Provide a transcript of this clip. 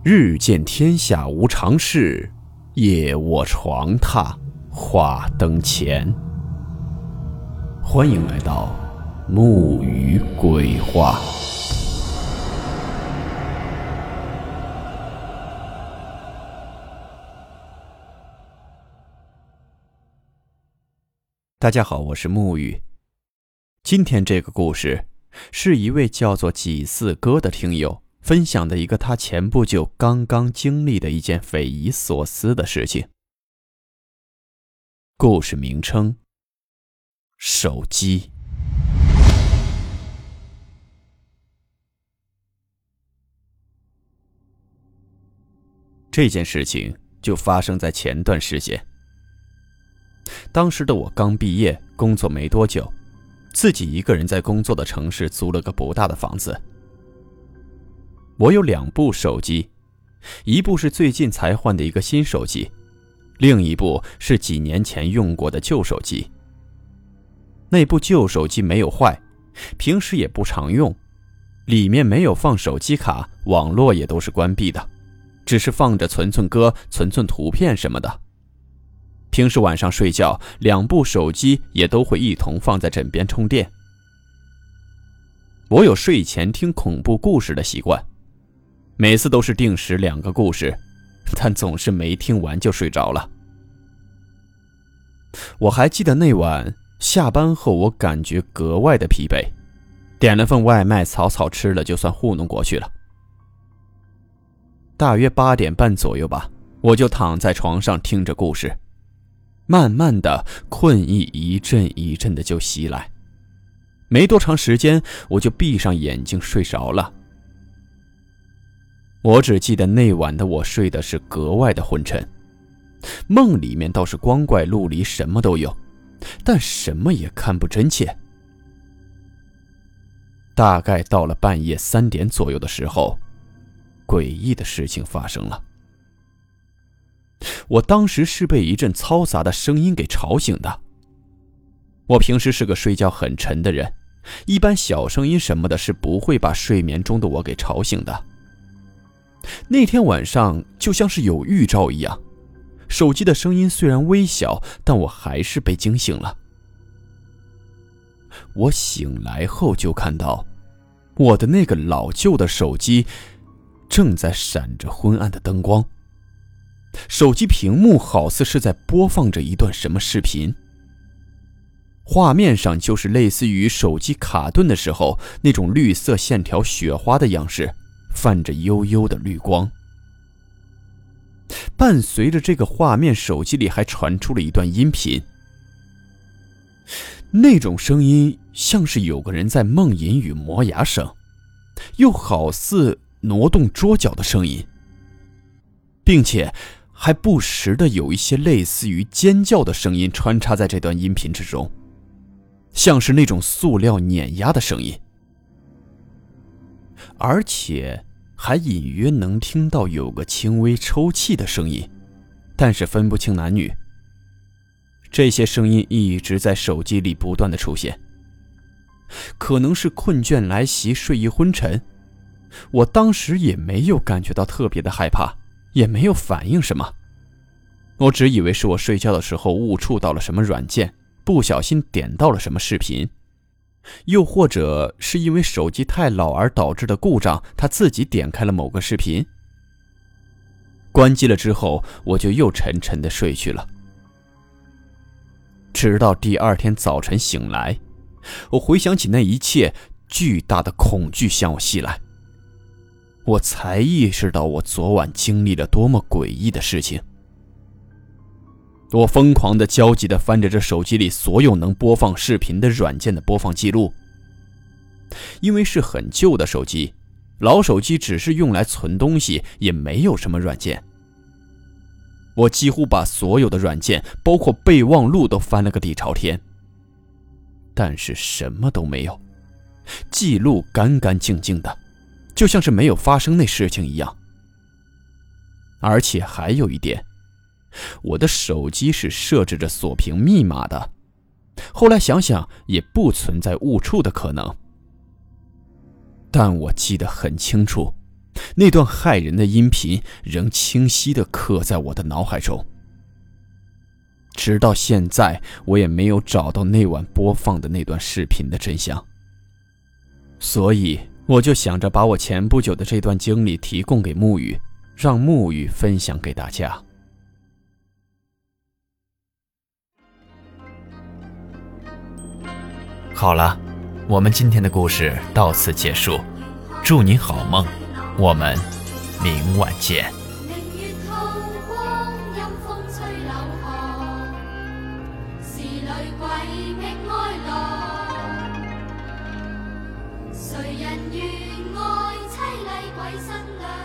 日见天下无常事，夜卧床榻话灯前。欢迎来到木鱼鬼话。大家好，我是木鱼。今天这个故事是一位叫做几四哥的听友分享的一个他前不久刚刚经历的一件匪夷所思的事情。故事名称：手机。这件事情就发生在前段时间。当时的我刚毕业，工作没多久，自己一个人在工作的城市租了个不大的房子。我有2部手机，一部是最近才换的一个新手机，另一部是几年前用过的旧手机。那部旧手机没有坏，平时也不常用，里面没有放手机卡，网络也都是关闭的，只是放着存歌、存图片什么的。平时晚上睡觉，2部手机也都会一同放在枕边充电。我有睡前听恐怖故事的习惯，每次都是定时2个故事，但总是没听完就睡着了。我还记得那晚下班后，我感觉格外的疲惫，点了份外卖草草吃了，就算糊弄过去了。大约8点半左右吧，我就躺在床上听着故事，慢慢的困意一阵一阵的就袭来，没多长时间我就闭上眼睛睡着了。我只记得那晚的我睡的是格外的昏沉，梦里面倒是光怪陆离，什么都有，但什么也看不真切。大概到了半夜3点左右的时候，诡异的事情发生了。我当时是被一阵嘈杂的声音给吵醒的。我平时是个睡觉很沉的人，一般小声音什么的是不会把睡眠中的我给吵醒的。那天晚上就像是有预兆一样，手机的声音虽然微小，但我还是被惊醒了。我醒来后就看到我的那个老旧的手机正在闪着昏暗的灯光，手机屏幕好似是在播放着一段什么视频，画面上就是类似于手机卡顿的时候那种绿色线条雪花的样式，泛着幽幽的绿光。伴随着这个画面，手机里还传出了一段音频，那种声音像是有个人在梦吟与磨牙声，又好似挪动桌角的声音，并且还不时的有一些类似于尖叫的声音穿插在这段音频之中，像是那种塑料碾压的声音，而且还隐约能听到有个轻微抽泣的声音，但是分不清男女。这些声音一直在手机里不断的出现，可能是困倦来袭，睡意昏沉。我当时也没有感觉到特别的害怕，也没有反应什么，我只以为是我睡觉的时候误触到了什么软件，不小心点到了什么视频，又或者是因为手机太老而导致的故障，它自己点开了某个视频。关机了之后，我就又沉沉地睡去了。直到第2天早晨醒来，我回想起那一切，巨大的恐惧向我袭来，我才意识到我昨晚经历了多么诡异的事情。我疯狂的焦急地翻着这手机里所有能播放视频的软件的播放记录。因为是很旧的手机，老手机只是用来存东西，也没有什么软件。我几乎把所有的软件，包括备忘录都翻了个底朝天，但是什么都没有，记录干干净净的，就像是没有发生那事情一样。而且还有一点，我的手机是设置着锁屏密码的，后来想想也不存在误触的可能。但我记得很清楚， 那段骇人的音频仍清晰地刻在我的脑海中。直到现在，我也没有找到那晚播放的那段视频的真相。所以，我就想着把我前不久的这段经历提供给沐雨，让沐雨分享给大家。好了，我们今天的故事到此结束，祝您好梦，我们明晚见。 谁人愿爱凄厉鬼新娘？